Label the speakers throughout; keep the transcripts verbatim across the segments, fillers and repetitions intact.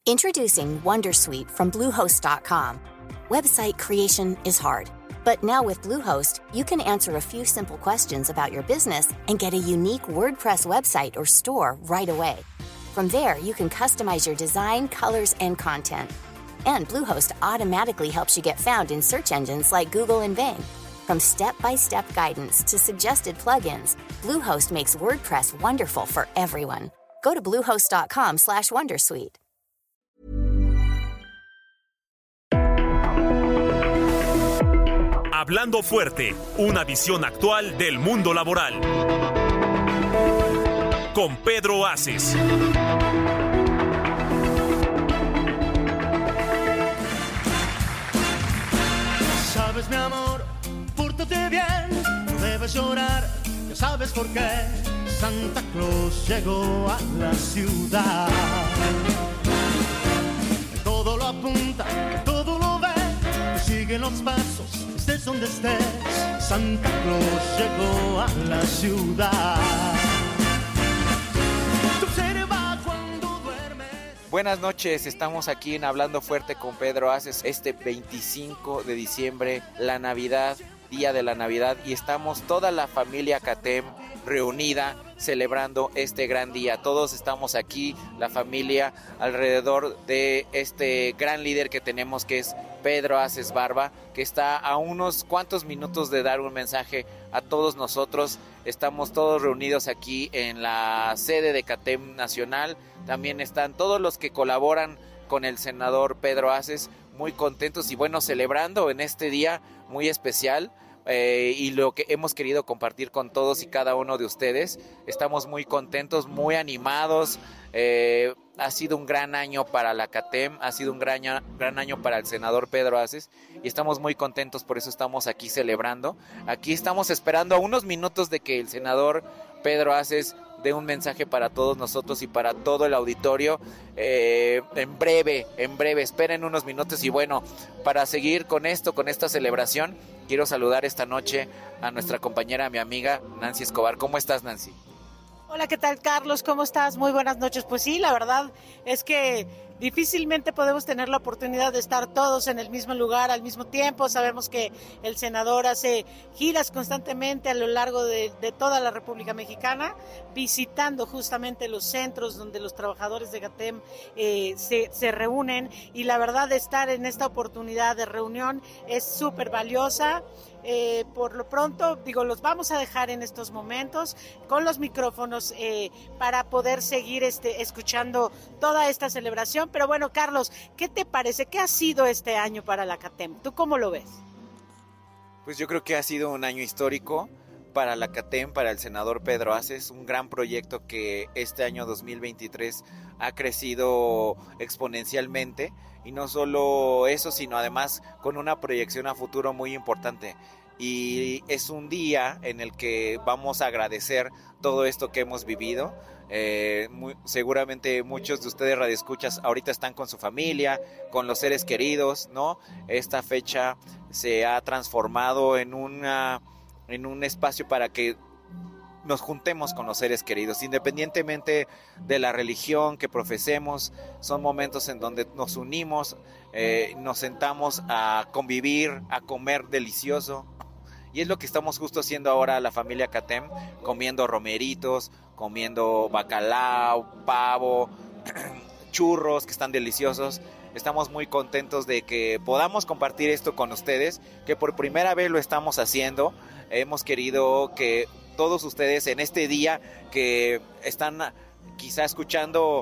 Speaker 1: Introducing Wondersuite from Bluehost dot com. Website creation is hard, but now with Bluehost, you can answer a few simple questions about your business and get a unique WordPress website or store right away. From there, you can customize your design, colors, and content. And Bluehost automatically helps you get found in search engines like Google and Bing. From step-by-step guidance to suggested plugins, Bluehost makes WordPress wonderful for everyone. Go to bluehost dot com slash wondersuite.
Speaker 2: Hablando Fuerte, una visión actual del mundo laboral. Con Pedro Aces.
Speaker 3: Sabes, mi amor, pórtate bien, no debes llorar, ya sabes por qué. Santa Claus llegó a la ciudad. Todo lo apunta, todo lo ve, te siguen los pasos, estés donde estés. Santa Claus llegó a la ciudad. Te observa cuando duermes.
Speaker 4: Buenas noches, estamos aquí en Hablando Fuerte con Pedro Aces, este veinticinco de diciembre, la Navidad, día de la Navidad, y estamos toda la familia CATEM reunida celebrando este gran día. Todos estamos aquí, la familia, alrededor de este gran líder que tenemos, que es Pedro Aces Barba, que está a unos cuantos minutos de dar un mensaje a todos nosotros. Estamos todos reunidos aquí en la sede de CATEM Nacional. También están todos los que colaboran con el senador Pedro Aces, muy contentos y bueno, celebrando en este día muy especial. Eh, y lo que hemos querido compartir con todos y cada uno de ustedes. Estamos muy contentos, muy animados. Eh, ha sido un gran año para la CATEM, ha sido un gran año, gran año para el senador Pedro Aces y estamos muy contentos, por eso estamos aquí celebrando. Aquí estamos esperando a unos minutos de que el senador Pedro Aces dé un mensaje para todos nosotros y para todo el auditorio. Eh, en breve, en breve, esperen unos minutos. Y bueno, para seguir con esto, con esta celebración, quiero saludar esta noche a nuestra compañera, mi amiga Nancy Escobar. ¿Cómo estás, Nancy?
Speaker 5: Hola, ¿qué tal, Carlos? ¿Cómo estás? Muy buenas noches. Pues sí, la verdad es que difícilmente podemos tener la oportunidad de estar todos en el mismo lugar al mismo tiempo. Sabemos que el senador hace giras constantemente a lo largo de, de toda la República Mexicana, visitando justamente los centros donde los trabajadores de CATEM eh, se, se reúnen, y la verdad, estar en esta oportunidad de reunión es súper valiosa. Eh, por lo pronto, digo, los vamos a dejar en estos momentos con los micrófonos eh, para poder seguir este, escuchando toda esta celebración. Pero bueno, Carlos, ¿qué te parece? ¿Qué ha sido este año para la CATEM? ¿Tú cómo lo ves?
Speaker 4: Pues yo creo que ha sido un año histórico para la CATEM, para el senador Pedro Aces, un gran proyecto que este año dos mil veintitrés ha crecido exponencialmente, y no solo eso, sino además con una proyección a futuro muy importante. Y es un día en el que vamos a agradecer todo esto que hemos vivido. Eh, muy, seguramente muchos de ustedes radioescuchas ahorita están con su familia, con los seres queridos, ¿no? Esta fecha se ha transformado en una, en un espacio para que nos juntemos con los seres queridos, independientemente de la religión que profesemos. Son momentos en donde nos unimos, eh, nos sentamos a convivir, a comer delicioso. Y es lo que estamos justo haciendo ahora la familia CATEM, comiendo romeritos, comiendo bacalao, pavo, churros que están deliciosos. Estamos muy contentos de que podamos compartir esto con ustedes, que por primera vez lo estamos haciendo. Hemos querido que todos ustedes en este día que están quizá escuchando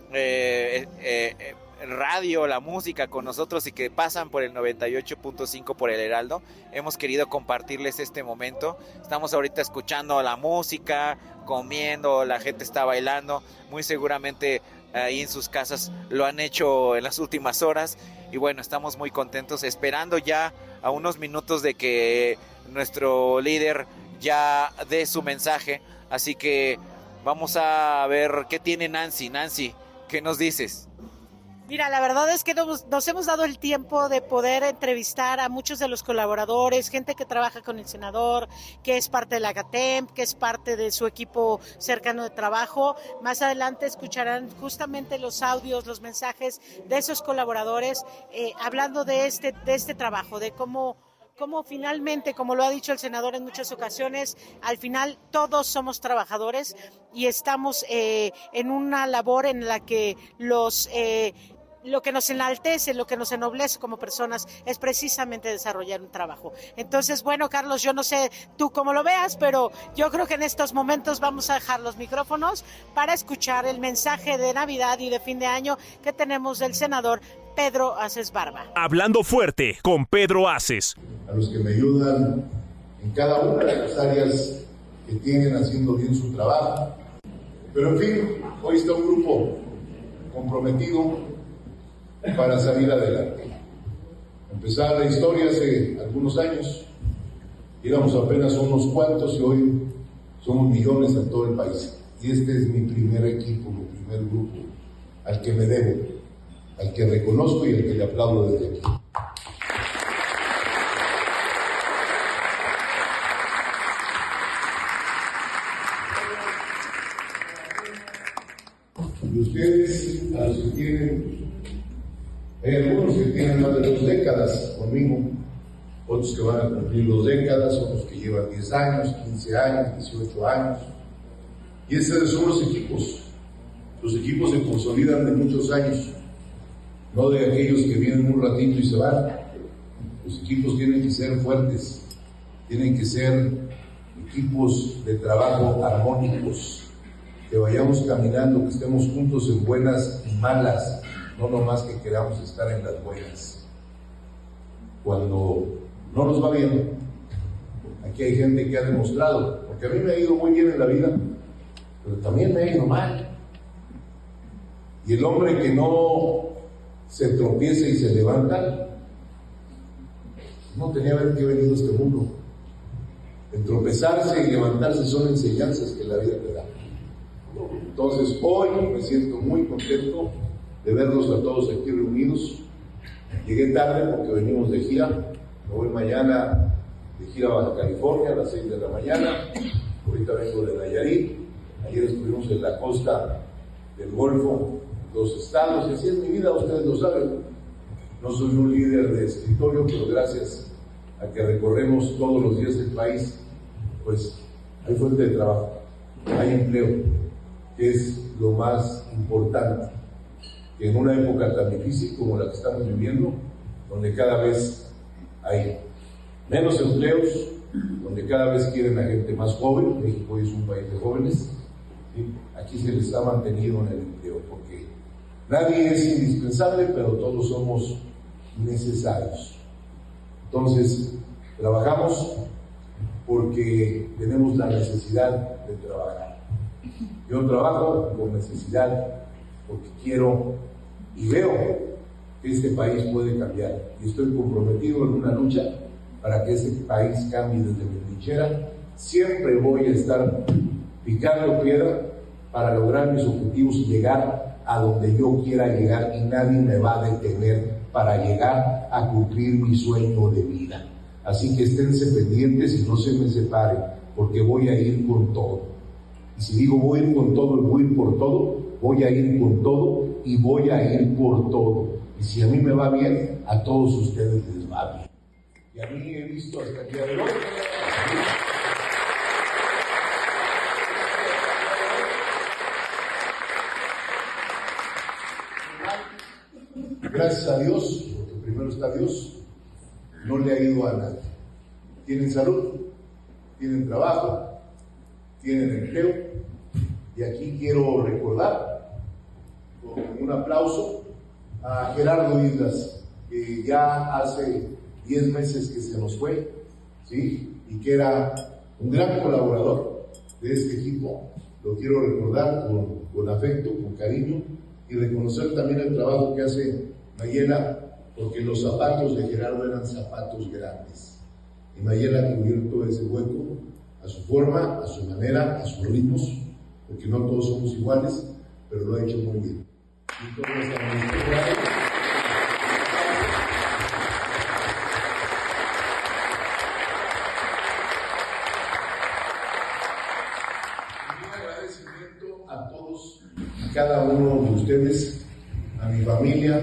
Speaker 4: eh, eh, radio, la música con nosotros y que pasan por el noventa y ocho punto cinco por el Heraldo, hemos querido compartirles este momento. Estamos ahorita escuchando la música, comiendo, la gente está bailando, muy seguramente ahí en sus casas lo han hecho en las últimas horas, y bueno, estamos muy contentos, esperando ya a unos minutos de que nuestro líder ya dé su mensaje. Así que vamos a ver qué tiene Nancy. Nancy, ¿qué nos dices?
Speaker 5: Mira, la verdad es que nos, nos hemos dado el tiempo de poder entrevistar a muchos de los colaboradores, gente que trabaja con el senador, que es parte de la CATEM, que es parte de su equipo cercano de trabajo. Más adelante escucharán justamente los audios, los mensajes de esos colaboradores eh, hablando de este, de este trabajo, de cómo... Como finalmente, como lo ha dicho el senador en muchas ocasiones, al final todos somos trabajadores y estamos eh, en una labor en la que los eh, lo que nos enaltece, lo que nos ennoblece como personas es precisamente desarrollar un trabajo. Entonces, bueno, Carlos, yo no sé tú cómo lo veas, pero yo creo que en estos momentos vamos a dejar los micrófonos para escuchar el mensaje de Navidad y de fin de año que tenemos del senador Pedro Aces Barba.
Speaker 2: Hablando fuerte con Pedro Aces.
Speaker 6: A los que me ayudan en cada una de las áreas que tienen haciendo bien su trabajo. Pero en fin, hoy está un grupo comprometido para salir adelante. Empezaba la historia hace algunos años, éramos apenas unos cuantos y hoy somos millones en todo el país. Y este es mi primer equipo, mi primer grupo, al que me debo, al que reconozco y al que le aplaudo desde aquí. Y ustedes, a los que tienen, hay algunos que tienen más de dos décadas conmigo, otros que van a cumplir dos décadas, otros que llevan diez años, quince años, dieciocho años. Y esos son los equipos. Los equipos se consolidan de muchos años, no de aquellos que vienen un ratito y se van. Los equipos tienen que ser fuertes, tienen que ser equipos de trabajo armónicos, que vayamos caminando, que estemos juntos en buenas y malas, no nomás que queramos estar en las buenas. Cuando no nos va bien, aquí hay gente que ha demostrado, porque a mí me ha ido muy bien en la vida, pero también me ha ido mal. Y el hombre que no se tropieza y se levanta, no tenía que venir a este mundo. El tropezarse y levantarse son enseñanzas que la vida te da. Entonces hoy me siento muy contento de verlos a todos aquí reunidos. Llegué tarde porque venimos de gira, me voy mañana de gira a Baja California a las seis de la mañana, ahorita vengo de Nayarit, ayer estuvimos en la costa del Golfo, dos estados, y así es mi vida, ustedes lo saben. No soy un líder de escritorio, pero gracias a que recorremos todos los días el país, pues hay fuente de trabajo, hay empleo, que es lo más importante, que en una época tan difícil como la que estamos viviendo, donde cada vez hay menos empleos, donde cada vez quieren a gente más joven, México es un país de jóvenes, ¿sí? Aquí se les ha mantenido en el empleo, porque nadie es indispensable, pero todos somos necesarios. Entonces, trabajamos porque tenemos la necesidad de trabajar. Yo trabajo por necesidad, porque quiero y veo que este país puede cambiar. Y estoy comprometido en una lucha para que este país cambie desde mi trinchera. Siempre voy a estar picando piedra para lograr mis objetivos y llegar a donde yo quiera llegar, y nadie me va a detener para llegar a cumplir mi sueño de vida. Así que esténse pendientes y no se me separen, porque voy a ir con todo. Y si digo voy a ir con todo y voy a ir por todo, voy a ir con todo y voy a ir por todo. Y si a mí me va bien, a todos ustedes les va bien. Y a mí he visto hasta el día de hoy. Gracias a Dios, porque primero está Dios, no le ha ido a nadie. Tienen salud, tienen trabajo, tienen empleo, y aquí quiero recordar con un aplauso a Gerardo Islas, que ya hace diez meses que se nos fue, ¿sí? Y que era un gran colaborador de este equipo. Lo quiero recordar con, con afecto, con cariño, y reconocer también el trabajo que hace Mayela, porque los zapatos de Gerardo eran zapatos grandes, y Mayela ha cubierto ese hueco a su forma, a su manera, a sus ritmos, porque no todos somos iguales, pero lo ha hecho muy bien. Y todos estamos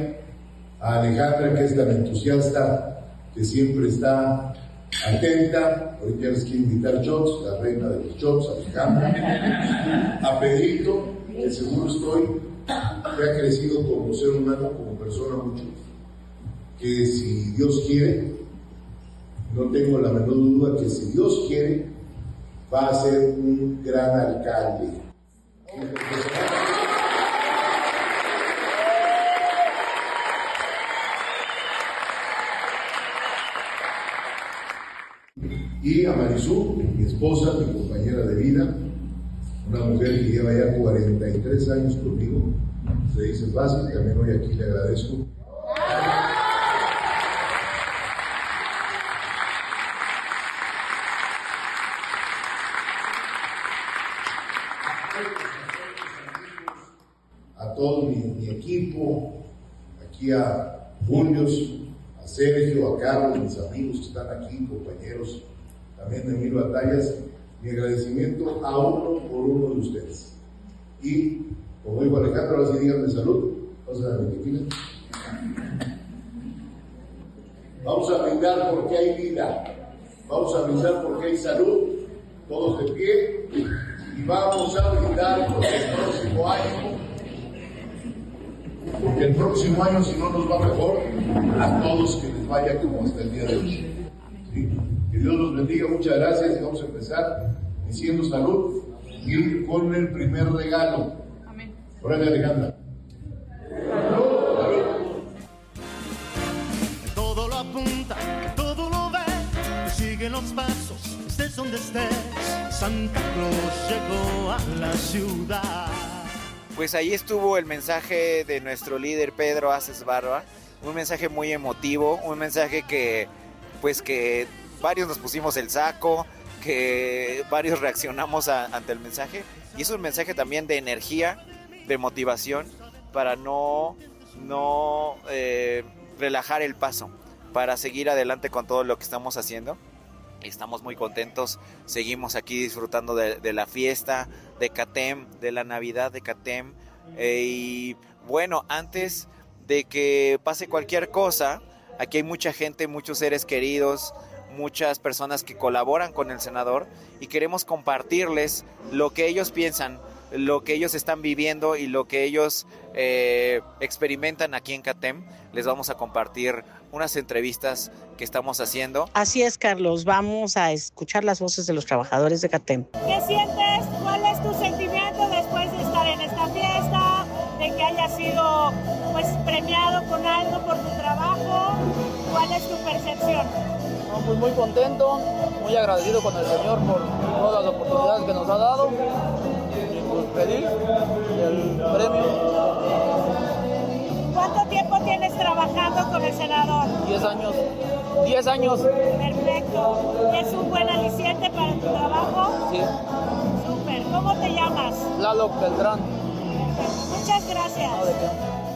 Speaker 6: María, a Alejandra, que es tan entusiasta, que siempre está atenta. Hoy tienes que invitar shots, la reina de los shots, Alejandra. A Pedrito, que seguro estoy, que ha crecido como ser humano, como persona mucho, que si Dios quiere, no tengo la menor duda que si Dios quiere, va a ser un gran alcalde. Y a Marisú, mi esposa, mi compañera de vida, una mujer que lleva ya cuarenta y tres años conmigo, se dice fácil, también hoy aquí le agradezco. A todo mi, mi equipo, aquí a Julio, a Sergio, a Carlos, mis amigos que están aquí, compañeros, también de Mil Batallas, mi agradecimiento a uno por uno de ustedes. Y, como dijo Alejandro, ahora sí díganme salud. Vamos a la tequila. Vamos a brindar porque hay vida. Vamos a brindar porque hay salud. Todos de pie. Y vamos a brindar porque el próximo año, porque el próximo año, si no nos va mejor, a todos que les vaya como hasta el día de hoy. ¿Sí? Que Dios los bendiga, muchas gracias. Y vamos a empezar diciendo salud y con el primer regalo. Amén. Órale, Alejandra. Salud, salud.
Speaker 3: Todo lo apunta, todo lo ve, sigue los pasos, estés donde estés. Santa Claus llegó a la ciudad.
Speaker 4: Pues ahí estuvo el mensaje de nuestro líder Pedro Aces Barba, un mensaje muy emotivo, un mensaje que, pues que varios nos pusimos el saco, que varios reaccionamos a, ante el mensaje, y es un mensaje también de energía, de motivación, para no, no eh, relajar el paso, para seguir adelante con todo lo que estamos haciendo. Estamos muy contentos, seguimos aquí disfrutando de, de la fiesta de CATEM, de la Navidad de CATEM, eh, y bueno, antes de que pase cualquier cosa, aquí hay mucha gente, muchos seres queridos, muchas personas que colaboran con el senador, y queremos compartirles lo que ellos piensan, lo que ellos están viviendo y lo que ellos eh, experimentan aquí en CATEM. Les vamos a compartir unas entrevistas que estamos haciendo.
Speaker 5: Así es, Carlos, vamos a escuchar las voces de los trabajadores de CATEM.
Speaker 7: ¿Qué sientes? ¿Cuál es tu sentimiento después de estar en esta fiesta? De que hayas sido pues premiado con algo por tu trabajo. ¿Cuál es tu percepción?
Speaker 8: No, pues muy contento, muy agradecido con el Señor por todas las oportunidades que nos ha dado. Y pues feliz del premio.
Speaker 7: ¿Cuánto tiempo tienes trabajando con el senador?
Speaker 8: Diez años. Diez años.
Speaker 7: Perfecto. ¿Es un buen aliciente para tu trabajo?
Speaker 8: Sí.
Speaker 7: Súper. ¿Cómo te llamas?
Speaker 8: Lalo Beltrán.
Speaker 7: Perfecto. Muchas gracias.
Speaker 8: No, ¿de qué?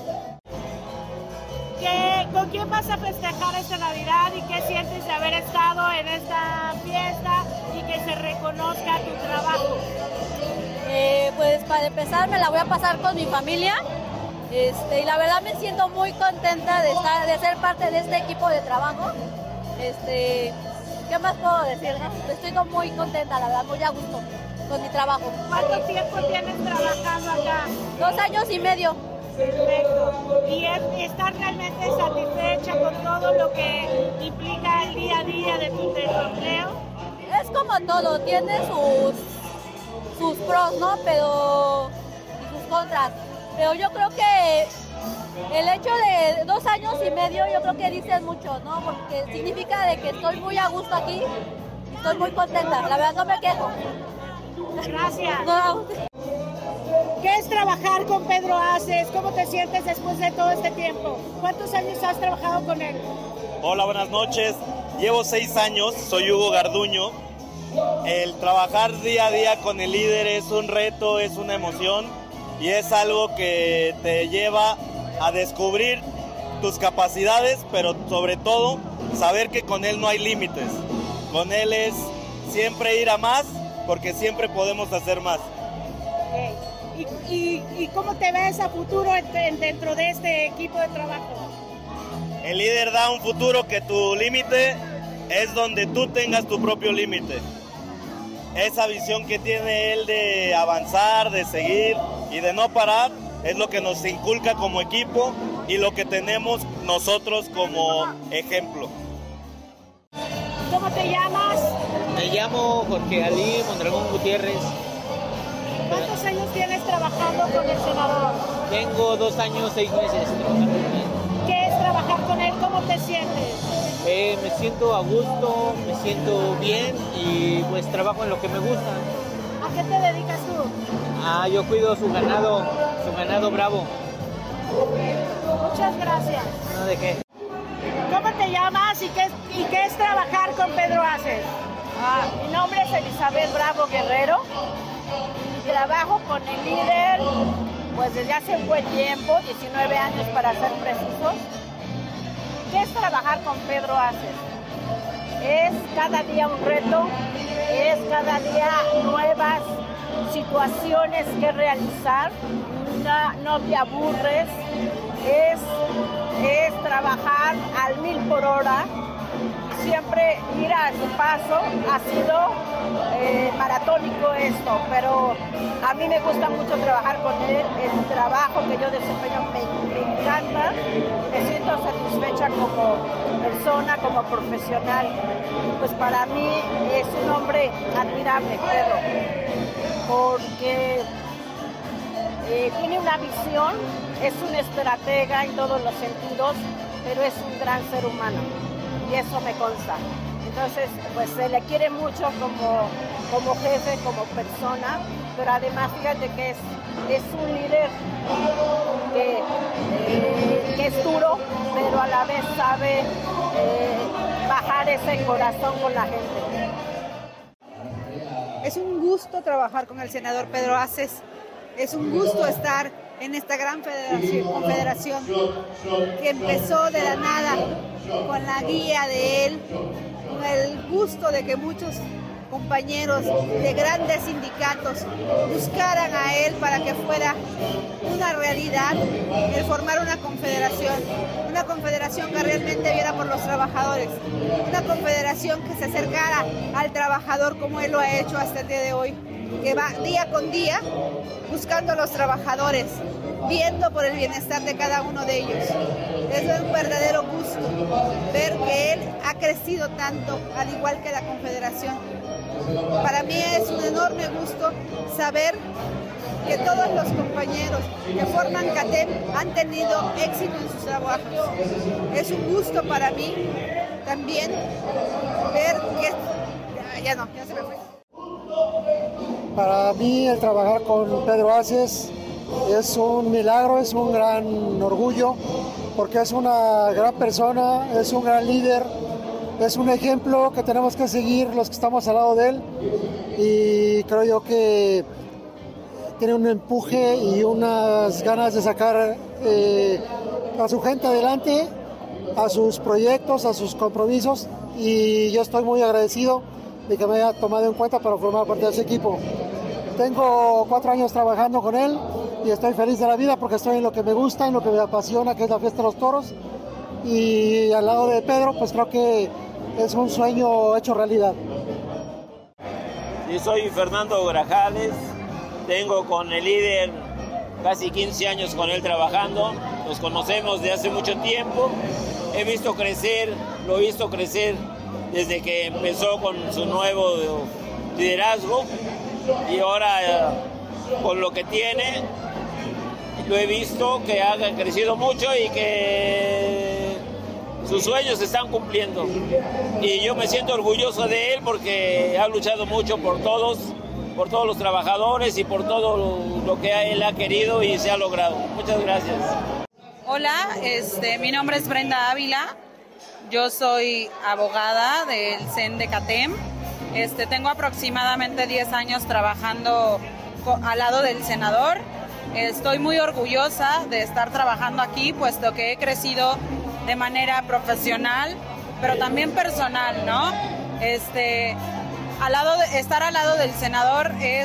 Speaker 7: ¿Qué, ¿Con quién vas a festejar esta Navidad y qué sientes de haber estado en esta fiesta y que se reconozca tu trabajo?
Speaker 9: Eh, pues para empezar me la voy a pasar con mi familia. Este, y la verdad me siento muy contenta de estar, de ser parte de este equipo de trabajo. Este, ¿qué más puedo decir? No? Estoy muy contenta, la verdad, muy a gusto con mi trabajo.
Speaker 7: ¿Cuánto tiempo tienes trabajando acá?
Speaker 9: Dos años y medio.
Speaker 7: Perfecto. ¿Y es, estás realmente satisfecha con todo lo que implica el día a día de tu, de tu empleo?
Speaker 9: Es como todo, tiene sus, sus pros, ¿no? Pero, y sus contras. Pero yo creo que el hecho de dos años y medio, yo creo que dice mucho, ¿no? Porque significa de que estoy muy a gusto aquí y estoy muy contenta. La verdad no me quejo.
Speaker 7: Gracias.
Speaker 9: No.
Speaker 7: ¿Qué es trabajar con Pedro Aces? ¿Cómo te sientes después de todo este tiempo? ¿Cuántos años has trabajado con él?
Speaker 10: Hola, buenas noches. Llevo seis años, soy Hugo Garduño. El trabajar día a día con el líder es un reto, es una emoción. Y es algo que te lleva a descubrir tus capacidades, pero sobre todo saber que con él no hay límites. Con él es siempre ir a más, porque siempre podemos hacer más.
Speaker 7: Okay. ¿Y y, y cómo te ves a futuro dentro de este equipo de trabajo?
Speaker 10: El líder da un futuro que tu límite es donde tú tengas tu propio límite. Esa visión que tiene él de avanzar, de seguir y de no parar es lo que nos inculca como equipo y lo que tenemos nosotros como ejemplo.
Speaker 7: ¿Cómo te llamas?
Speaker 11: Me llamo Jorge Ali Mondragón Gutiérrez.
Speaker 7: ¿Cuántos años tienes trabajando con el senador?
Speaker 11: Tengo dos años, seis meses trabajando con él.
Speaker 7: ¿Qué es trabajar con él? ¿Cómo te sientes?
Speaker 11: Eh, me siento a gusto, me siento bien y pues trabajo en lo que me gusta.
Speaker 7: ¿A qué te dedicas tú?
Speaker 11: Ah, yo cuido su ganado, su ganado bravo.
Speaker 7: Muchas gracias.
Speaker 11: No, ¿de qué?
Speaker 7: ¿Cómo te llamas y qué, y qué es trabajar con Pedro Aces?
Speaker 12: Ah, mi nombre es Elizabeth Bravo Guerrero y trabajo con el líder pues desde hace un buen tiempo, diecinueve años para ser precisos. ¿Qué es trabajar con Pedro Aces? Es cada día un reto, es cada día nuevas situaciones que realizar, no, no te aburres, es, es trabajar al mil por hora, siempre ir a su paso. Ha sido eh, maratónico esto, pero a mí me gusta mucho trabajar con él, el trabajo que yo desempeño me, me encanta, me siento satisfecha como persona, como profesional. Pues para mí es un hombre admirable, Pedro, porque eh, tiene una visión, es un estratega en todos los sentidos, pero es un gran ser humano y eso me consta. Entonces, pues se le quiere mucho como, como jefe, como persona, pero además fíjate que es, es un líder que, eh, que es duro, pero a la vez sabe eh, bajar ese corazón con la gente.
Speaker 13: Es un gusto trabajar con el senador Pedro Aces, es un gusto estar en esta gran federación, confederación que empezó de la nada con la guía de él, con el gusto de que muchos compañeros de grandes sindicatos buscaran a él para que fuera una realidad el formar una confederación, una confederación que realmente viera por los trabajadores, una confederación que se acercara al trabajador como él lo ha hecho hasta el día de hoy, que va día con día buscando a los trabajadores, viendo por el bienestar de cada uno de ellos. Es un verdadero gusto ver que él ha crecido tanto, al igual que la confederación. Para mí es un enorme gusto saber que todos los compañeros que forman CATEM han tenido éxito en sus trabajos. Es un gusto para mí también ver que... Ya no, ya se me fue.
Speaker 14: Para mí el trabajar con Pedro Aces es un milagro, es un gran orgullo, porque es una gran persona, es un gran líder, es un ejemplo que tenemos que seguir los que estamos al lado de él, y creo yo que tiene un empuje y unas ganas de sacar eh, a su gente adelante, a sus proyectos, a sus compromisos, y yo estoy muy agradecido de que me haya tomado en cuenta para formar parte de ese equipo. Tengo cuatro años trabajando con él y estoy feliz de la vida porque estoy en lo que me gusta, en lo que me apasiona, que es la fiesta de los toros, y al lado de Pedro pues creo que es un sueño hecho realidad.
Speaker 15: Yo soy Fernando Grajales, tengo con el líder casi quince años con él trabajando, nos conocemos de hace mucho tiempo, he visto crecer, lo he visto crecer desde que empezó con su nuevo liderazgo, y ahora eh, con lo que tiene lo he visto que ha crecido mucho y que sus sueños se están cumpliendo, y yo me siento orgulloso de él porque ha luchado mucho por todos, por todos los trabajadores y por todo lo, lo que él ha querido y se ha logrado. Muchas gracias.
Speaker 16: Hola, este, mi nombre es Brenda Ávila. Yo soy abogada del C E N de CATEM. Este, tengo aproximadamente diez años trabajando al lado del senador. Estoy muy orgullosa de estar trabajando aquí, puesto que he crecido de manera profesional, pero también personal, ¿no? Este, al lado de, estar al lado del senador es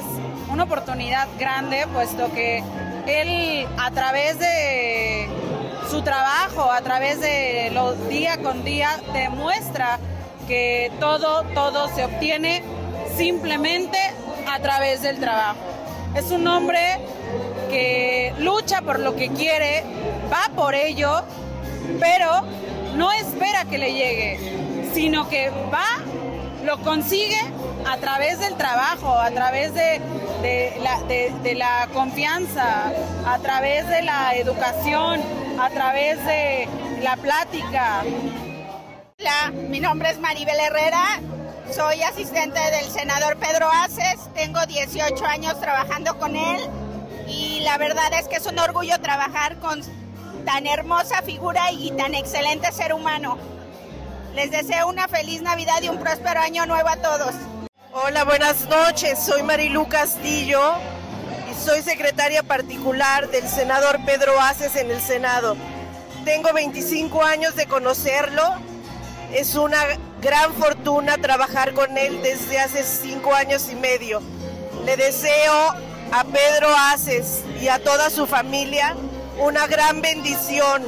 Speaker 16: una oportunidad grande, puesto que él a través de su trabajo, a través de lo día con día, demuestra que todo, todo se obtiene simplemente a través del trabajo. Es un hombre que lucha por lo que quiere, va por ello, pero no espera que le llegue, sino que va, lo consigue a través del trabajo, a través de, de, la, de, de la confianza, a través de la educación, a través de la plática.
Speaker 12: Hola, mi nombre es Maribel Herrera, soy asistente del senador Pedro Aces, tengo dieciocho años trabajando con él y la verdad es que es un orgullo trabajar con tan hermosa figura y tan excelente ser humano. Les deseo una feliz Navidad y un próspero año nuevo a todos.
Speaker 17: Hola, buenas noches, soy Marilu Castillo y soy secretaria particular del senador Pedro Aces en el Senado. Tengo veinticinco años de conocerlo, es una gran fortuna trabajar con él desde hace cinco años y medio. Le deseo a Pedro Aces y a toda su familia una gran bendición,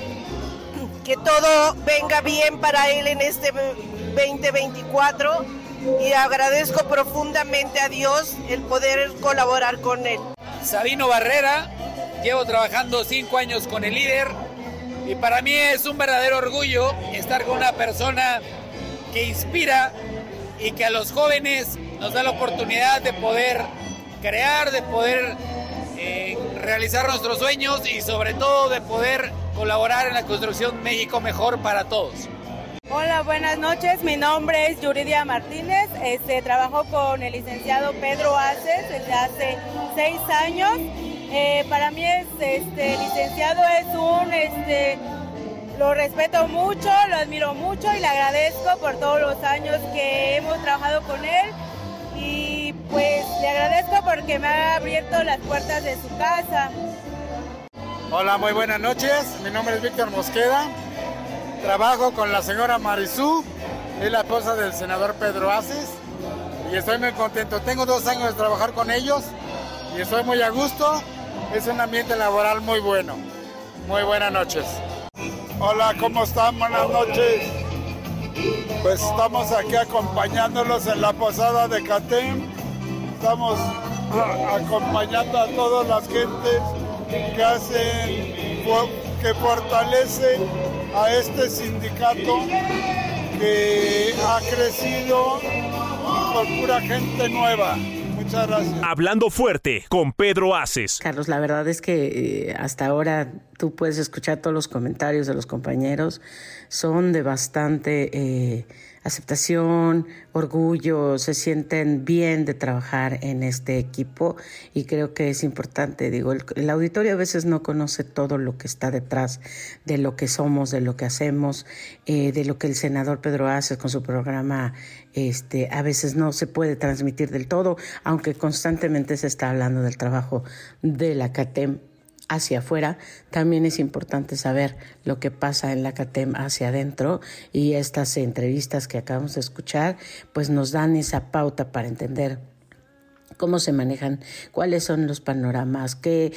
Speaker 17: que todo venga bien para él en este veinte veinticuatro y agradezco profundamente a Dios el poder colaborar con él.
Speaker 18: Sabino Barrera, llevo trabajando cinco años con el líder y para mí es un verdadero orgullo estar con una persona que inspira y que a los jóvenes nos da la oportunidad de poder crear, de poder eh, realizar nuestros sueños y sobre todo de poder colaborar en la construcción México mejor para todos.
Speaker 19: Hola, buenas noches, mi nombre es Yuridia Martínez, este, trabajo con el licenciado Pedro Aces desde hace seis años. Eh, para mí es, este, licenciado es un, este, lo respeto mucho, lo admiro mucho y le agradezco por todos los años que hemos trabajado con él y pues le agradezco porque me ha abierto las puertas de su casa.
Speaker 20: Hola, muy buenas noches, mi nombre es Víctor Mosqueda, trabajo con la señora Marisú, es la esposa del senador Pedro Aces y estoy muy contento. Tengo dos años de trabajar con ellos y estoy muy a gusto, es un ambiente laboral muy bueno. Muy buenas noches.
Speaker 21: Hola, ¿cómo están? Buenas noches. Pues estamos aquí acompañándolos en la posada de CATEM. Estamos a, acompañando a todas las gentes que hacen, que fortalecen a este sindicato que ha crecido con pura gente nueva. Muchas gracias.
Speaker 2: Hablando fuerte con Pedro Aces.
Speaker 22: Carlos, la verdad es que eh, hasta ahora tú puedes escuchar todos los comentarios de los compañeros, son de bastante eh, aceptación, orgullo, se sienten bien de trabajar en este equipo y creo que es importante, digo, el, el auditorio a veces no conoce todo lo que está detrás de lo que somos, de lo que hacemos, eh, de lo que el senador Pedro Aces con su programa este, a veces no se puede transmitir del todo, aunque constantemente se está hablando del trabajo de la CATEM hacia afuera, también es importante saber lo que pasa en la CATEM hacia adentro y estas entrevistas que acabamos de escuchar pues nos dan esa pauta para entender cómo se manejan, cuáles son los panoramas, qué,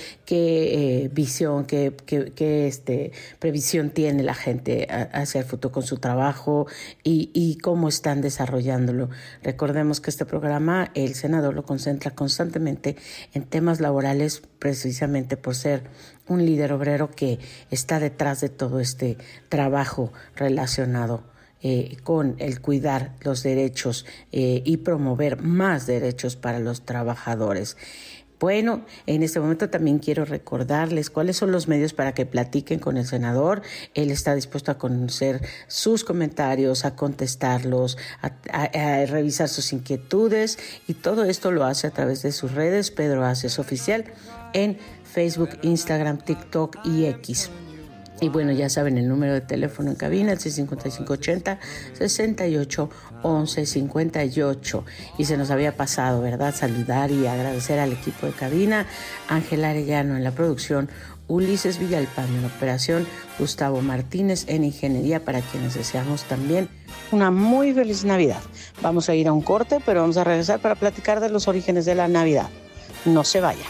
Speaker 22: qué eh, visión, qué, qué, qué este, previsión tiene la gente hacia el futuro con su trabajo y, y cómo están desarrollándolo. Recordemos que este programa el senador lo concentra constantemente en temas laborales precisamente por ser un líder obrero que está detrás de todo este trabajo relacionado Eh, con el cuidar los derechos eh, y promover más derechos para los trabajadores. Bueno, en este momento también quiero recordarles cuáles son los medios para que platiquen con el senador. Él está dispuesto a conocer sus comentarios, a contestarlos, a, a, a revisar sus inquietudes y todo esto lo hace a través de sus redes, Pedro Aces Oficial, en Facebook, Instagram, TikTok y X. Y bueno, ya saben el número de teléfono en cabina, el seis cinco cinco ochenta, sesenta y ocho, once, cincuenta y ocho. Y se nos había pasado, ¿verdad? Saludar y agradecer al equipo de cabina, Ángel Arellano en la producción, Ulises Villalpán en la operación, Gustavo Martínez en ingeniería, para quienes deseamos también una muy feliz Navidad. Vamos a ir a un corte, pero vamos a regresar para platicar de los orígenes de la Navidad. No se vaya.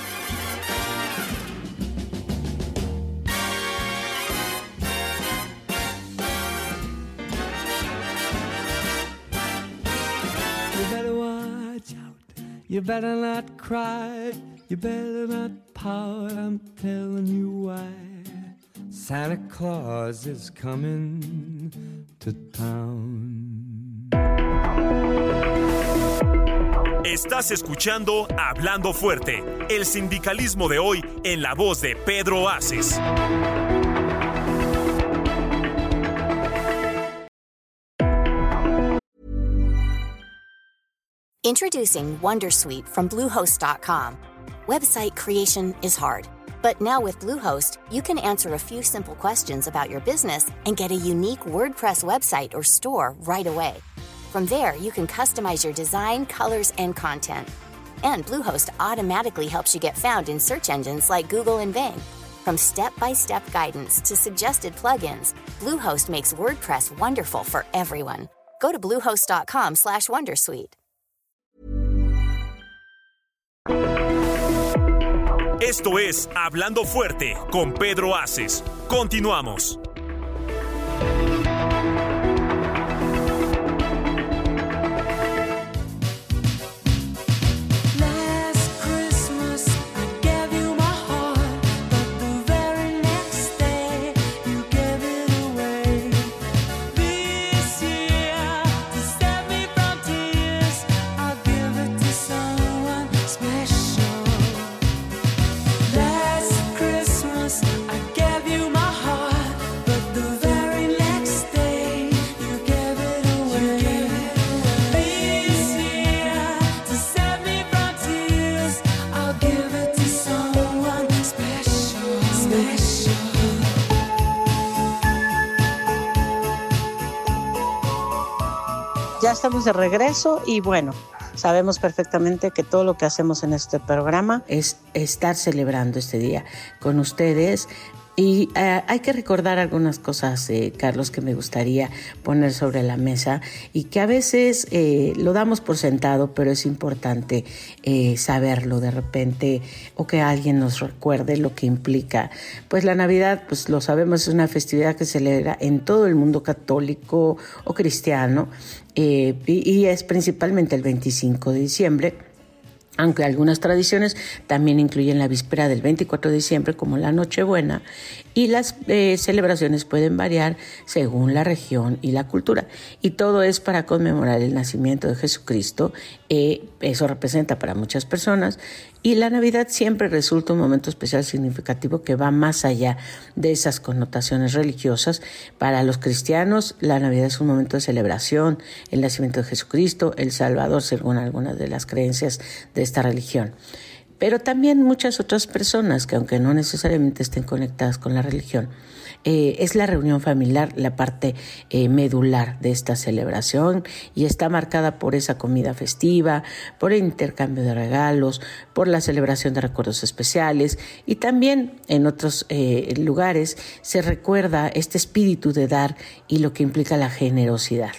Speaker 1: You better not cry, you better not pout, I'm telling you why. Santa Claus is coming to town.
Speaker 2: Estás escuchando Hablando Fuerte, el sindicalismo de hoy en la voz de Pedro Aces.
Speaker 6: Introducing Wondersuite from Bluehost dot com. Website creation is hard, but now with Bluehost, you can answer a few simple questions about your business and get a unique WordPress website or store right away. From there, you can customize your design, colors, and content. And Bluehost automatically helps you get found in search engines like Google and Bing. From step-by-step guidance to suggested plugins, Bluehost makes WordPress wonderful for everyone. Go to bluehost dot com slash wondersuite.
Speaker 2: Esto es Hablando Fuerte con Pedro Aces. Continuamos.
Speaker 22: Ya estamos de regreso y bueno, sabemos perfectamente que todo lo que hacemos en este programa es estar celebrando este día con ustedes. Y eh, hay que recordar algunas cosas, eh, Carlos, que me gustaría poner sobre la mesa y que a veces eh, lo damos por sentado, pero es importante eh, saberlo de repente o que alguien nos recuerde lo que implica. Pues la Navidad, pues lo sabemos, es una festividad que se celebra en todo el mundo católico o cristiano eh, y, y es principalmente el veinticinco de diciembre. Aunque algunas tradiciones también incluyen la víspera del veinticuatro de diciembre como la Nochebuena, y las eh, celebraciones pueden variar según la región y la cultura. Y todo es para conmemorar el nacimiento de Jesucristo. Eh, eso representa para muchas personas. Y la Navidad siempre resulta un momento especial significativo que va más allá de esas connotaciones religiosas. Para los cristianos, la Navidad es un momento de celebración, el nacimiento de Jesucristo, el Salvador, según algunas de las creencias de esta religión. Pero también muchas otras personas que, aunque no necesariamente estén conectadas con la religión, eh, es la reunión familiar la parte eh, medular de esta celebración y está marcada por esa comida festiva, por el intercambio de regalos, por la celebración de recuerdos especiales, y también en otros eh, lugares se recuerda este espíritu de dar y lo que implica la generosidad.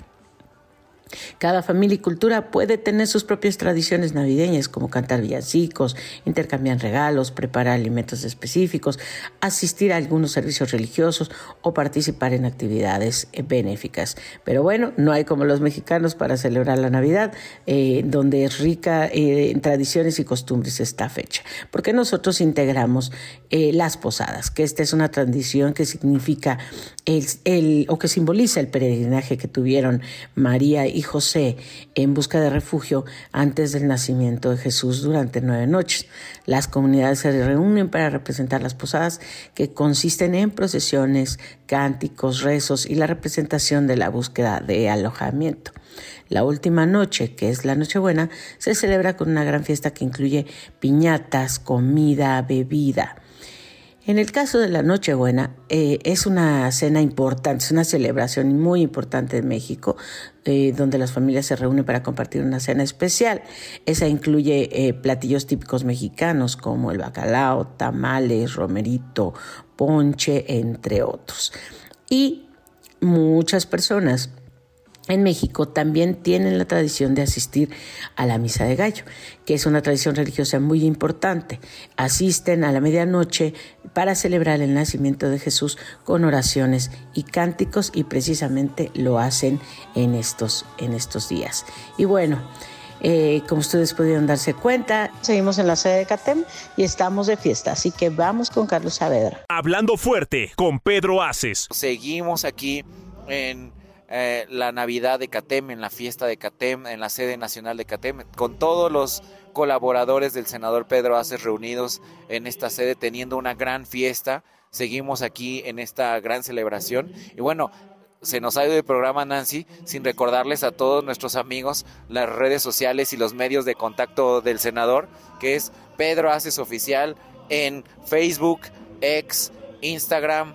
Speaker 22: Cada familia y cultura puede tener sus propias tradiciones navideñas, como cantar villancicos, intercambiar regalos, preparar alimentos específicos, asistir a algunos servicios religiosos o participar en actividades benéficas. Pero bueno, no hay como los mexicanos para celebrar la Navidad, eh, donde es rica eh, en tradiciones y costumbres esta fecha, porque nosotros integramos eh, las posadas, que esta es una tradición que significa el, el, o que simboliza el peregrinaje que tuvieron María y José en busca de refugio antes del nacimiento de Jesús durante nueve noches. Las comunidades se reúnen para representar las posadas, que consisten en procesiones, cánticos, rezos y la representación de la búsqueda de alojamiento. La última noche, que es la Nochebuena, se celebra con una gran fiesta que incluye piñatas, comida, bebida. En el caso de la Nochebuena, eh, es una cena importante, es una celebración muy importante en México, eh, donde las familias se reúnen para compartir una cena especial. Esa incluye eh, platillos típicos mexicanos como el bacalao, tamales, romerito, ponche, entre otros. Y muchas personas en México también tienen la tradición de asistir a la Misa de Gallo, que es una tradición religiosa muy importante. Asisten a la medianoche para celebrar el nacimiento de Jesús con oraciones y cánticos, y precisamente lo hacen en estos, en estos días. Y bueno, eh, como ustedes pudieron darse cuenta, seguimos en la sede de CATEM y estamos de fiesta, así que vamos con Carlos Saavedra.
Speaker 2: Hablando fuerte con Pedro Aces.
Speaker 3: Seguimos aquí en Eh, la Navidad de CATEM, en la fiesta de CATEM, en la sede nacional de CATEM, con todos los colaboradores del senador Pedro Aces reunidos en esta sede, teniendo una gran fiesta. Seguimos aquí en esta gran celebración. Y bueno, se nos ha ido el programa, Nancy, sin recordarles a todos nuestros amigos las redes sociales y los medios de contacto del senador, que es Pedro Aces Oficial en Facebook, X, Instagram,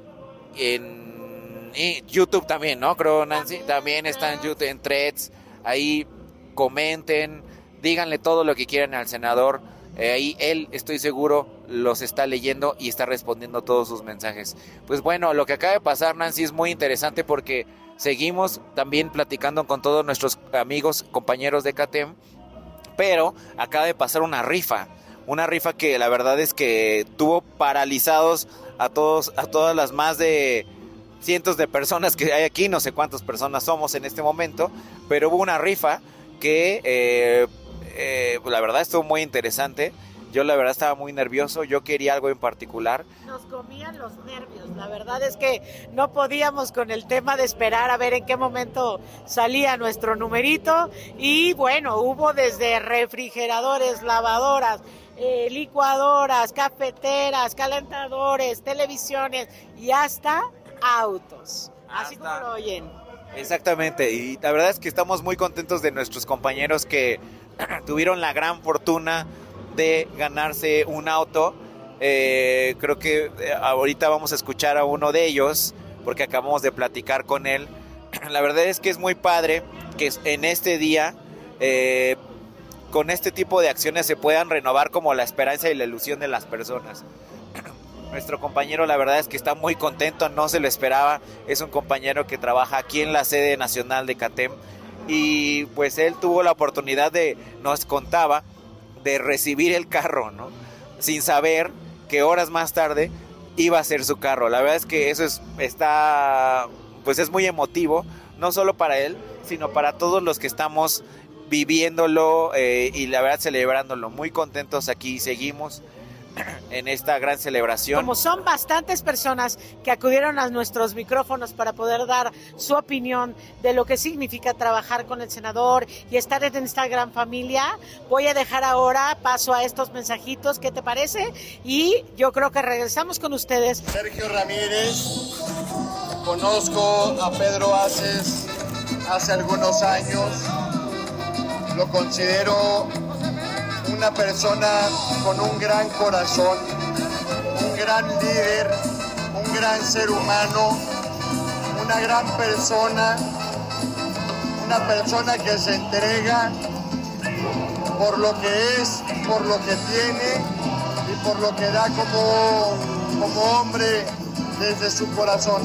Speaker 3: en y YouTube también, ¿no? Creo, Nancy, también está en YouTube, en Threads. Ahí comenten, díganle todo lo que quieran al senador. Eh, ahí él, estoy seguro, los está leyendo y está respondiendo todos sus mensajes. Pues bueno, lo que acaba de pasar, Nancy, es muy interesante porque seguimos también platicando con todos nuestros amigos, compañeros de CATEM, pero acaba de pasar una rifa. Una rifa que la verdad es que tuvo paralizados a todos, a todas las más de cientos de personas que hay aquí, no sé cuántas personas somos en este momento, pero hubo una rifa que eh, eh, la verdad estuvo muy interesante. Yo la verdad estaba muy nervioso, yo quería algo en particular.
Speaker 5: Nos comían los nervios, la verdad es que no podíamos con el tema de esperar a ver en qué momento salía nuestro numerito, y bueno, hubo desde refrigeradores, lavadoras, eh, licuadoras, cafeteras, calentadores, televisiones y hasta autos, así como lo oyen.
Speaker 3: Exactamente, y la verdad es que estamos muy contentos de nuestros compañeros que tuvieron la gran fortuna de ganarse un auto. Eh, creo que ahorita vamos a escuchar a uno de ellos porque acabamos de platicar con él. La verdad es que es muy padre que en este día eh, con este tipo de acciones se puedan renovar como la esperanza y la ilusión de las personas. Nuestro compañero la verdad es que está muy contento, no se lo esperaba. Es un compañero que trabaja aquí en la sede nacional de CATEM y pues él tuvo la oportunidad de, nos contaba, de recibir el carro, ¿no? Sin saber que horas más tarde iba a ser su carro. La verdad es que eso es, está, pues es muy emotivo, no solo para él, sino para todos los que estamos viviéndolo eh, y la verdad celebrándolo. Muy contentos aquí, seguimos en esta gran celebración.
Speaker 5: Como son bastantes personas que acudieron a nuestros micrófonos para poder dar su opinión de lo que significa trabajar con el senador y estar en esta gran familia, voy a dejar ahora paso a estos mensajitos, ¿qué te parece? Y yo creo que regresamos con ustedes.
Speaker 4: Sergio Ramírez, conozco a Pedro Aces hace algunos años, lo considero una persona con un gran corazón, un gran líder, un gran ser humano, una gran persona, una persona que se entrega por lo que es, por lo que tiene y por lo que da como, como hombre desde su corazón.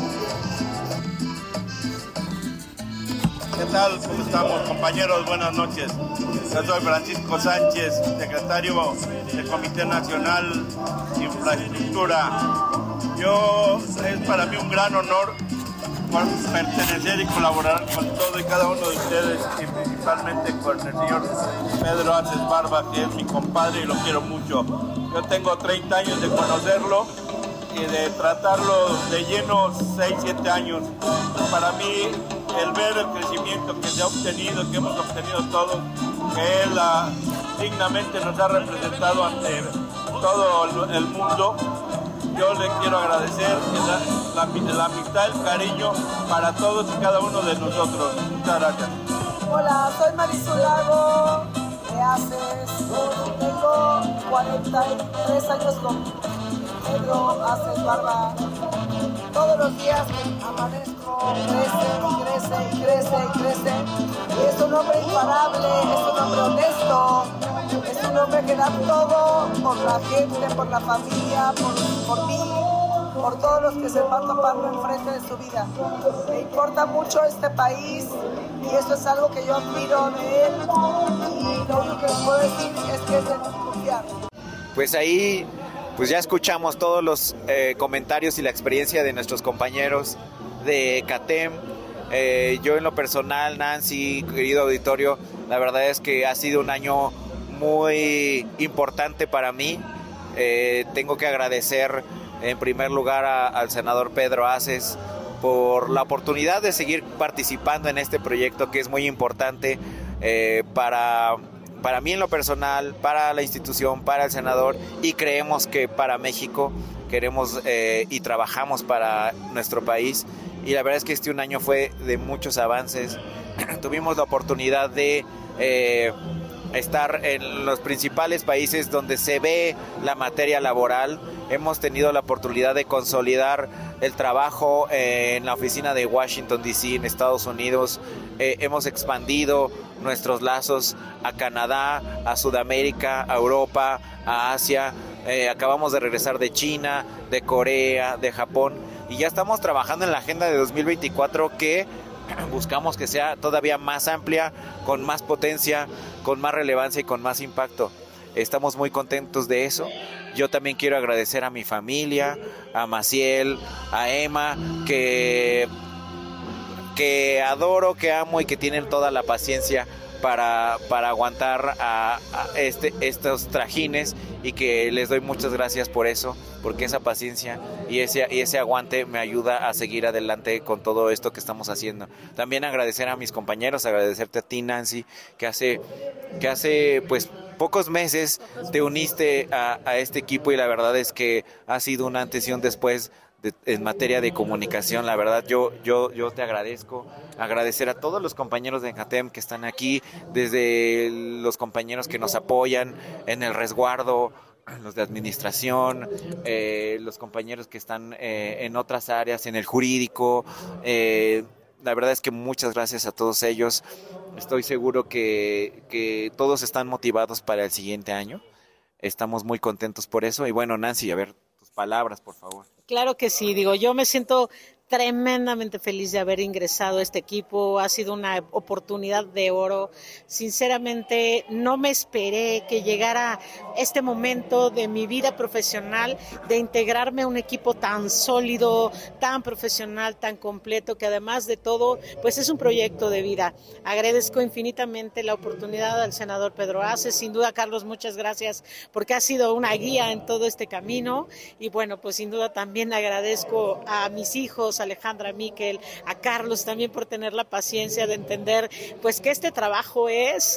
Speaker 23: ¿Qué tal? ¿Cómo estamos, compañeros? Buenas noches. Yo soy Francisco Sánchez, secretario del Comité Nacional de Infraestructura. Yo, es para mí un gran honor pertenecer y colaborar con todo y cada uno de ustedes, y principalmente con el señor Pedro Aces Barba, que es mi compadre y lo quiero mucho. Yo tengo treinta años de conocerlo y de tratarlo de lleno seis, siete años. Para mí, el ver el crecimiento que se ha obtenido, que hemos obtenido todos, que él uh, dignamente nos ha representado ante todo el mundo, yo le quiero agradecer la, la, la amistad, el cariño para todos y cada uno de nosotros. Muchas gracias.
Speaker 24: Hola, soy Marisol Lago de Aces, tengo cuarenta y tres años con Pedro Aces Barba. Todos los días amanezco, crece y crece y crece y crece. Y es un hombre imparable, es un hombre honesto, es un hombre que da todo por la gente, por la familia, por, por mí. por todos los que se van topando enfrente de su vida. Me importa mucho este país y eso es algo que yo admiro de él y lo único que les puedo decir es que es de confiar.
Speaker 3: Pues ahí pues ya escuchamos todos los eh, comentarios y la experiencia de nuestros compañeros de CATEM. Eh, yo en lo personal, Nancy, querido auditorio, la verdad es que ha sido un año muy importante para mí. Eh, tengo que agradecer en primer lugar a, al senador Pedro Aces por la oportunidad de seguir participando en este proyecto que es muy importante eh, para, para mí en lo personal, para la institución, para el senador, y creemos que para México queremos eh, y trabajamos para nuestro país. Y la verdad es que este un año fue de muchos avances. Tuvimos la oportunidad de eh, estar en los principales países donde se ve la materia laboral. Hemos tenido la oportunidad de consolidar el trabajo en la oficina de Washington, D C, en Estados Unidos. Eh, hemos expandido nuestros lazos a Canadá, a Sudamérica, a Europa, a Asia. Eh, acabamos de regresar de China, de Corea, de Japón, y ya estamos trabajando en la agenda de dos mil veinticuatro que buscamos que sea todavía más amplia, con más potencia, con más relevancia y con más impacto. Estamos muy contentos de eso. Yo también quiero agradecer a mi familia, a Maciel, a Emma, que, que adoro, que amo y que tienen toda la paciencia para, para aguantar a, a este, estos trajines, y que les doy muchas gracias por eso, porque esa paciencia y ese, y ese aguante me ayuda a seguir adelante con todo esto que estamos haciendo. También agradecer a mis compañeros, agradecerte a ti, Nancy, que hace, que hace pues pocos meses te uniste a, a este equipo, y la verdad es que ha sido un antes y un después de, en materia de comunicación. La verdad yo, yo, yo te agradezco. Agradecer a todos los compañeros de CATEM que están aquí, desde los compañeros que nos apoyan en el resguardo, los de administración, eh, los compañeros que están eh, en otras áreas, en el jurídico. Eh, la verdad es que muchas gracias a todos ellos. Estoy seguro que, que todos están motivados para el siguiente año. Estamos muy contentos por eso. Y bueno, Nancy, a ver, tus palabras, por favor.
Speaker 5: Claro que sí, digo, yo me siento tremendamente feliz de haber ingresado a este equipo. Ha sido una oportunidad de oro. Sinceramente, no me esperé que llegara este momento de mi vida profesional, de integrarme a un equipo tan sólido, tan profesional, tan completo, que además de todo, pues es un proyecto de vida. Agradezco infinitamente la oportunidad al senador Pedro Aces. Sin duda, Carlos, muchas gracias, porque ha sido una guía en todo este camino. Y bueno, pues sin duda también agradezco a mis hijos, Alejandra, Miquel, a Carlos también, por tener la paciencia de entender pues que este trabajo es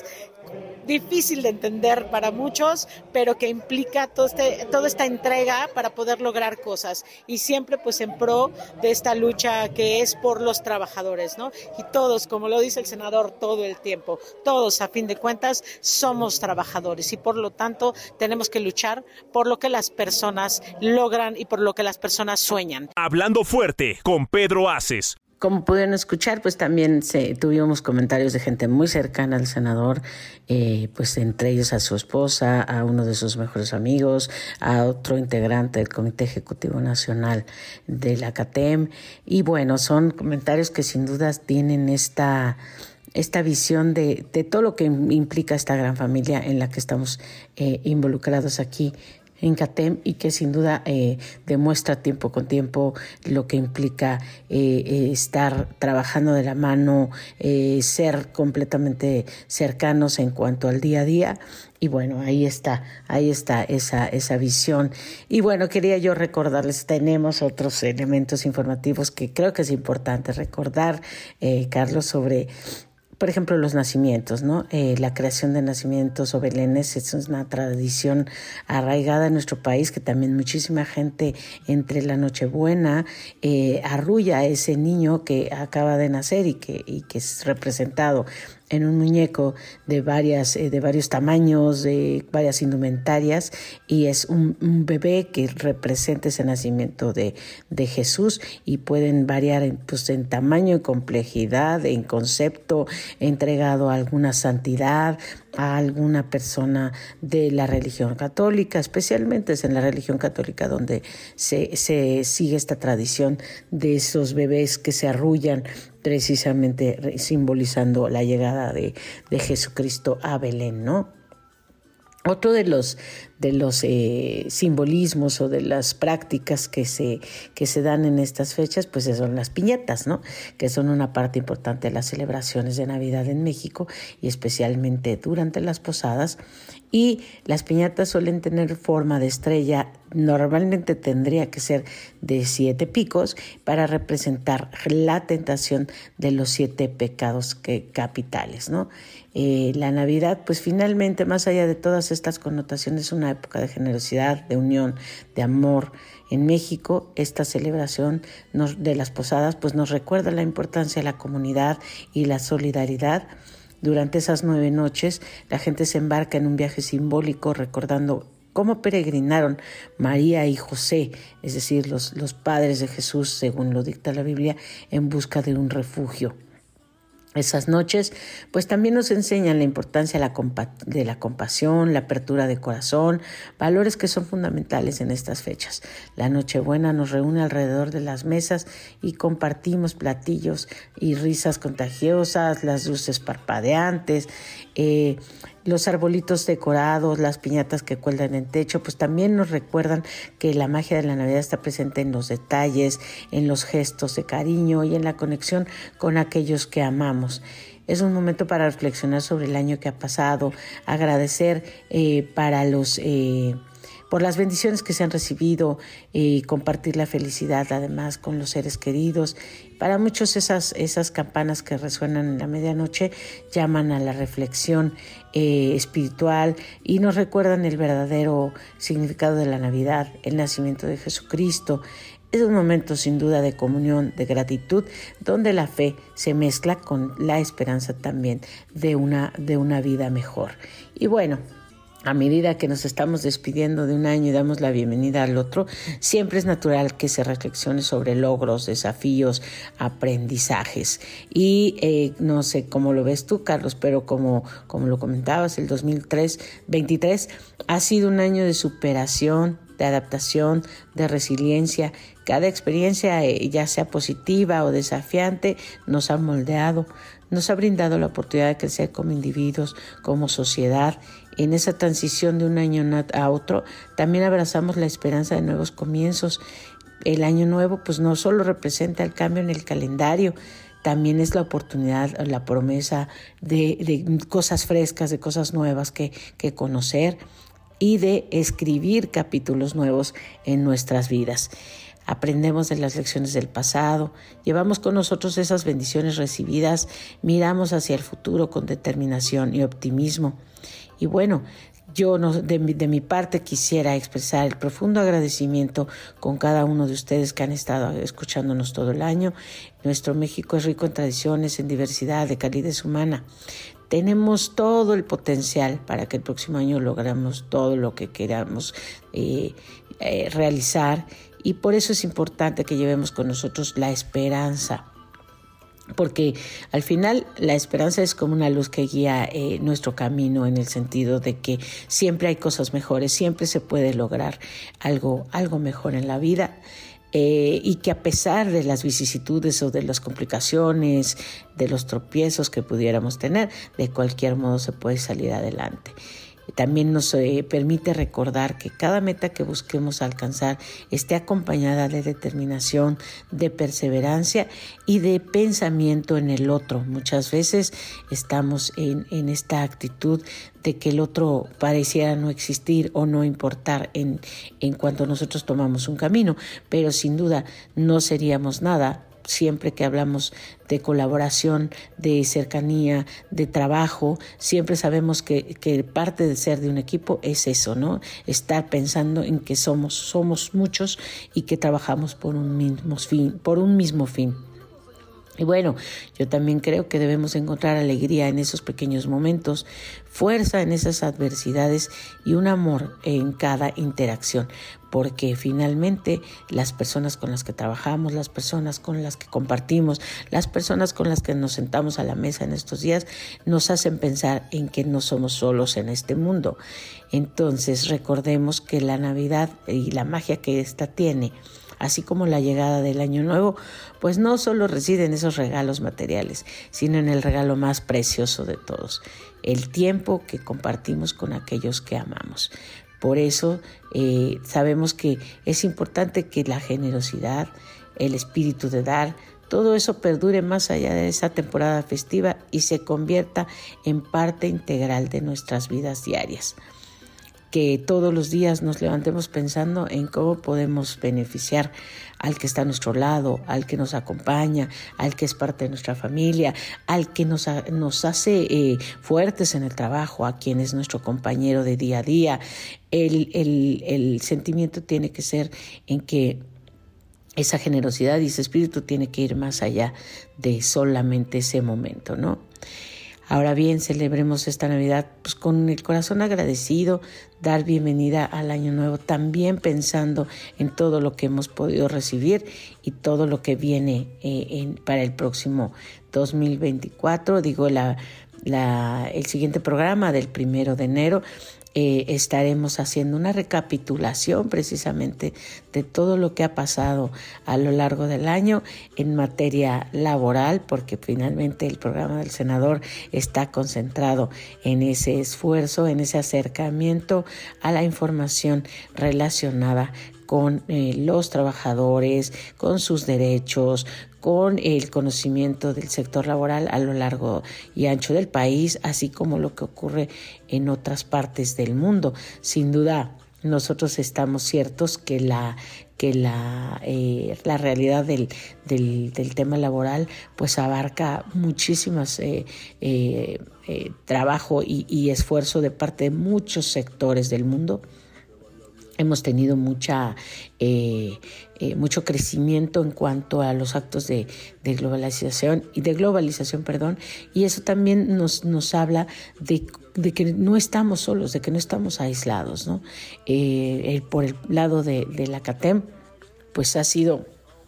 Speaker 5: difícil de entender para muchos, pero que implica todo este, toda esta entrega para poder lograr cosas, y siempre pues en pro de esta lucha que es por los trabajadores, ¿no? Y todos, como lo dice el senador todo el tiempo, todos a fin de cuentas somos trabajadores, y por lo tanto tenemos que luchar por lo que las personas logran y por lo que las personas sueñan.
Speaker 2: Hablando fuerte con Pedro Aces.
Speaker 22: Como pudieron escuchar, pues también se, tuvimos comentarios de gente muy cercana al senador, eh, pues entre ellos a su esposa, a uno de sus mejores amigos, a otro integrante del Comité Ejecutivo Nacional de la CATEM. Y bueno, son comentarios que sin duda tienen esta... esta visión de, de todo lo que implica esta gran familia en la que estamos eh, involucrados aquí en CATEM, y que sin duda eh, demuestra tiempo con tiempo lo que implica eh, eh, estar trabajando de la mano, eh, ser completamente cercanos en cuanto al día a día. Y bueno, ahí está, ahí está esa, esa visión. Y bueno, quería yo recordarles, tenemos otros elementos informativos que creo que es importante recordar, eh, Carlos, sobre... Por ejemplo, los nacimientos, ¿no? Eh, la creación de nacimientos o belenes es una tradición arraigada en nuestro país, que también muchísima gente entre la Nochebuena eh, arrulla a ese niño que acaba de nacer y que, y que es representado en un muñeco de varias eh, de varios tamaños, de varias indumentarias, y es un, un bebé que representa ese nacimiento de, de Jesús, y pueden variar en, pues, en tamaño, en complejidad, en concepto, entregado a alguna santidad a alguna persona de la religión católica, especialmente es en la religión católica donde se, se sigue esta tradición de esos bebés que se arrullan, precisamente simbolizando la llegada de, de Jesucristo a Belén, ¿no? Otro de los, de los eh, simbolismos o de las prácticas que se, que se dan en estas fechas, pues son las piñatas, ¿no? Que son una parte importante de las celebraciones de Navidad en México y especialmente durante las posadas. Y las piñatas suelen tener forma de estrella, normalmente tendría que ser de siete picos para representar la tentación de los siete pecados que, capitales, ¿no? Eh, la Navidad, pues finalmente, más allá de todas estas connotaciones, es una época de generosidad, de unión, de amor. En México, esta celebración nos, de las posadas pues nos recuerda la importancia de la comunidad y la solidaridad. Durante esas nueve noches, la gente se embarca en un viaje simbólico recordando cómo peregrinaron María y José, es decir, los, los padres de Jesús, según lo dicta la Biblia, en busca de un refugio. Esas noches, pues también nos enseñan la importancia de la, compa- de la compasión, la apertura de corazón, valores que son fundamentales en estas fechas. La Nochebuena nos reúne alrededor de las mesas y compartimos platillos y risas contagiosas, las luces parpadeantes, eh, los arbolitos decorados, las piñatas que cuelgan en techo, pues también nos recuerdan que la magia de la Navidad está presente en los detalles, en los gestos de cariño y en la conexión con aquellos que amamos. Es un momento para reflexionar sobre el año que ha pasado, agradecer eh, para los... Eh, por las bendiciones que se han recibido y eh, compartir la felicidad además con los seres queridos. Para muchos esas, esas campanas que resuenan en la medianoche llaman a la reflexión eh, espiritual y nos recuerdan el verdadero significado de la Navidad, el nacimiento de Jesucristo. Es un momento sin duda de comunión, de gratitud, donde la fe se mezcla con la esperanza también de una, de una vida mejor. Y bueno, a medida que nos estamos despidiendo de un año y damos la bienvenida al otro, siempre es natural que se reflexione sobre logros, desafíos, aprendizajes. Y eh, no sé cómo lo ves tú, Carlos, pero como, como lo comentabas, el dos mil veintitrés ha sido un año de superación, de adaptación, de resiliencia. Cada experiencia, eh, ya sea positiva o desafiante, nos ha moldeado, nos ha brindado la oportunidad de crecer como individuos, como sociedad. En esa transición de un año a otro, también abrazamos la esperanza de nuevos comienzos. El año nuevo pues no solo representa el cambio en el calendario, también es la oportunidad, la promesa de, de cosas frescas, de cosas nuevas que, que conocer y de escribir capítulos nuevos en nuestras vidas. Aprendemos de las lecciones del pasado, llevamos con nosotros esas bendiciones recibidas, miramos hacia el futuro con determinación y optimismo. Y bueno, yo no, de, de mi parte quisiera expresar el profundo agradecimiento con cada uno de ustedes que han estado escuchándonos todo el año. Nuestro México es rico en tradiciones, en diversidad, de calidez humana. Tenemos todo el potencial para que el próximo año logremos todo lo que queramos eh, eh, realizar. Y por eso es importante que llevemos con nosotros la esperanza, porque al final la esperanza es como una luz que guía eh, nuestro camino, en el sentido de que siempre hay cosas mejores, siempre se puede lograr algo, algo mejor en la vida. Eh, y que a pesar de las vicisitudes o de las complicaciones, de los tropiezos que pudiéramos tener, de cualquier modo se puede salir adelante. También nos eh, permite recordar que cada meta que busquemos alcanzar esté acompañada de determinación, de perseverancia y de pensamiento en el otro. Muchas veces estamos en, en esta actitud de que el otro pareciera no existir o no importar en, en cuanto nosotros tomamos un camino, pero sin duda no seríamos nada. Siempre que hablamos de colaboración, de cercanía, de trabajo, siempre sabemos que, que parte de ser de un equipo es eso, ¿no? Estar pensando en que somos, somos muchos y que trabajamos por un mismo fin, por un mismo fin. Y bueno, yo también creo que debemos encontrar alegría en esos pequeños momentos, fuerza en esas adversidades y un amor en cada interacción, porque finalmente las personas con las que trabajamos, las personas con las que compartimos, las personas con las que nos sentamos a la mesa en estos días, nos hacen pensar en que no somos solos en este mundo. Entonces recordemos que la Navidad y la magia que ésta tiene, así como la llegada del Año Nuevo, pues no solo reside en esos regalos materiales, sino en el regalo más precioso de todos, el tiempo que compartimos con aquellos que amamos. Por eso eh, sabemos que es importante que la generosidad, el espíritu de dar, todo eso perdure más allá de esa temporada festiva y se convierta en parte integral de nuestras vidas diarias. Que todos los días nos levantemos pensando en cómo podemos beneficiar al que está a nuestro lado, al que nos acompaña, al que es parte de nuestra familia, al que nos, nos hace eh, fuertes en el trabajo, a quien es nuestro compañero de día a día. El, el, el sentimiento tiene que ser en que esa generosidad y ese espíritu tiene que ir más allá de solamente ese momento, ¿no? Ahora bien, celebremos esta Navidad pues, con el corazón agradecido, dar bienvenida al Año Nuevo, también pensando en todo lo que hemos podido recibir y todo lo que viene eh, en, para el próximo dos mil veinticuatro. Digo, la, la, el siguiente programa del primero de enero eh, estaremos haciendo una recapitulación precisamente de todo lo que ha pasado a lo largo del año en materia laboral, porque finalmente el programa del senador está concentrado en ese esfuerzo, en ese acercamiento a la información relacionada con eh, los trabajadores, con sus derechos, con el conocimiento del sector laboral a lo largo y ancho del país, así como lo que ocurre en otras partes del mundo. Sin duda, nosotros estamos ciertos que la que la eh, la realidad del, del del tema laboral pues abarca muchísimas eh, eh, eh, trabajo y, y esfuerzo de parte de muchos sectores del mundo. Hemos tenido mucha eh, eh, mucho crecimiento en cuanto a los actos de, de globalización y de globalización, perdón, y eso también nos nos habla de, de que no estamos solos, de que no estamos aislados, ¿no? Eh, el, por el lado de, de la CATEM, pues ha sido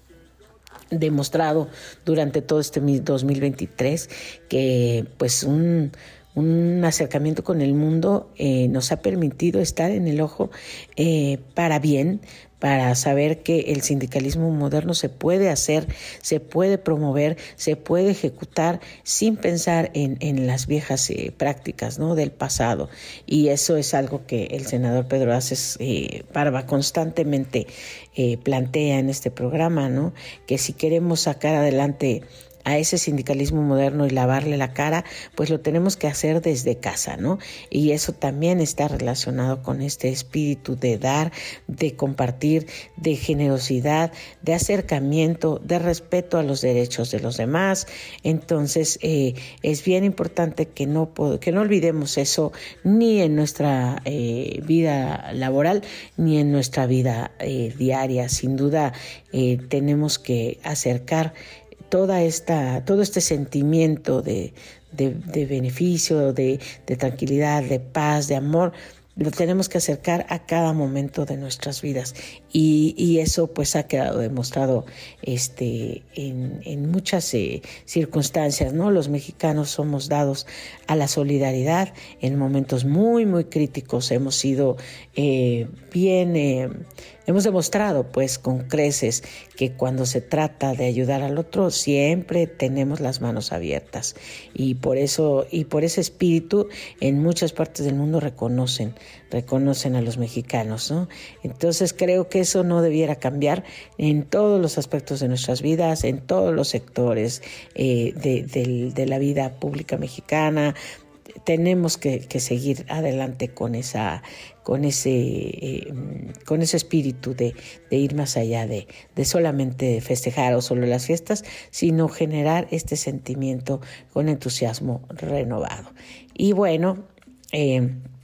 Speaker 22: demostrado durante todo este dos mil veintitrés que pues un Un acercamiento con el mundo eh, nos ha permitido estar en el ojo eh, para bien, para saber que el sindicalismo moderno se puede hacer, se puede promover, se puede ejecutar sin pensar en, en las viejas eh, prácticas, ¿no?, del pasado. Y eso es algo que el senador Pedro Aces eh, Barba constantemente eh, plantea en este programa, ¿no?, que si queremos sacar adelante a ese sindicalismo moderno y lavarle la cara, pues lo tenemos que hacer desde casa, ¿no? Y eso también está relacionado con este espíritu de dar, de compartir, de generosidad, de acercamiento, de respeto a los derechos de los demás. Entonces, eh, es bien importante que no, que no olvidemos eso ni en nuestra eh, vida laboral, ni en nuestra vida eh, diaria. Sin duda, eh, tenemos que acercar toda esta, todo este sentimiento de, de, de beneficio, de, de tranquilidad, de paz, de amor, lo tenemos que acercar a cada momento de nuestras vidas. Y, y eso pues ha quedado demostrado este, en, en muchas eh, circunstancias, ¿no? Los mexicanos somos dados a la solidaridad. En momentos muy, muy críticos hemos sido eh, bien... Eh, Hemos demostrado, pues, con creces que cuando se trata de ayudar al otro, siempre tenemos las manos abiertas. Y por eso, y por ese espíritu, en muchas partes del mundo reconocen, reconocen a los mexicanos, ¿no? Entonces, creo que eso no debiera cambiar en todos los aspectos de nuestras vidas, en todos los sectores eh, de, de, de la vida pública mexicana. Tenemos que, que seguir adelante con esa, con ese, eh, con ese espíritu de, de ir más allá de, de solamente festejar o solo las fiestas, sino generar este sentimiento con entusiasmo renovado. Y bueno, eh,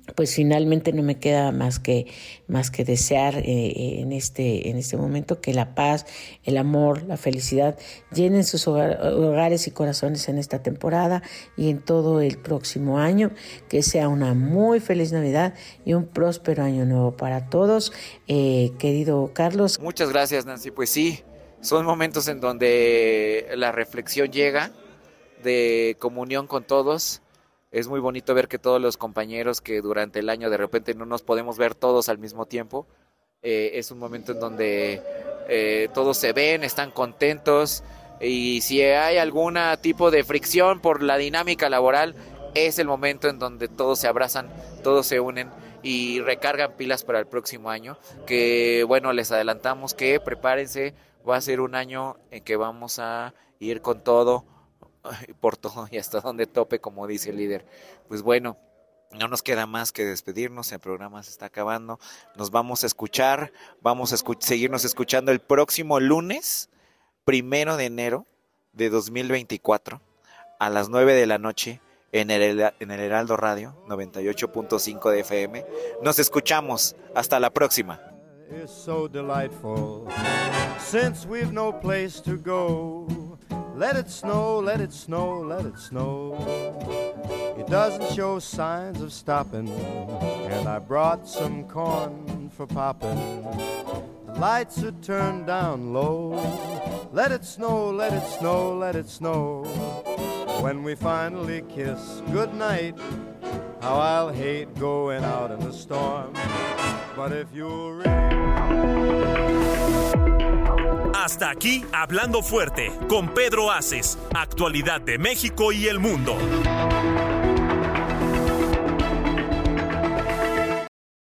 Speaker 22: pues finalmente no me queda más que más que desear eh, en este en este momento que la paz, el amor, la felicidad llenen sus hogar, hogares y corazones en esta temporada y en todo el próximo año, que sea una muy feliz Navidad y un próspero año nuevo para todos, eh, querido Carlos.
Speaker 3: Muchas gracias, Nancy. Pues sí, son momentos en donde la reflexión llega, de comunión con todos. Es muy bonito ver que todos los compañeros que durante el año de repente no nos podemos ver todos al mismo tiempo, eh, es un momento en donde eh, todos se ven, están contentos, y si hay algún tipo de fricción por la dinámica laboral, es el momento en donde todos se abrazan, todos se unen y recargan pilas para el próximo año, que bueno, les adelantamos que prepárense, va a ser un año en que vamos a ir con todo, por todo y hasta donde tope, como dice el líder. Pues bueno, no nos queda más que despedirnos, el programa se está acabando, nos vamos a escuchar, vamos a escu- seguirnos escuchando el próximo lunes, primero de enero de dos mil veinticuatro, a las nueve de la noche, en el, en el Heraldo Radio, noventa y ocho punto cinco de F M. Nos escuchamos, hasta la próxima.
Speaker 1: It's so delightful, since we've no place to go. Let it snow, let it snow, let it snow. It doesn't show signs of stopping, and I brought some corn for popping. The lights are turned down low. Let it snow, let it snow, let it snow. When we finally kiss goodnight, how I'll hate going out in the storm. But if you're
Speaker 2: Hasta aquí, Hablando Fuerte, con Pedro Aces, actualidad de México y el mundo.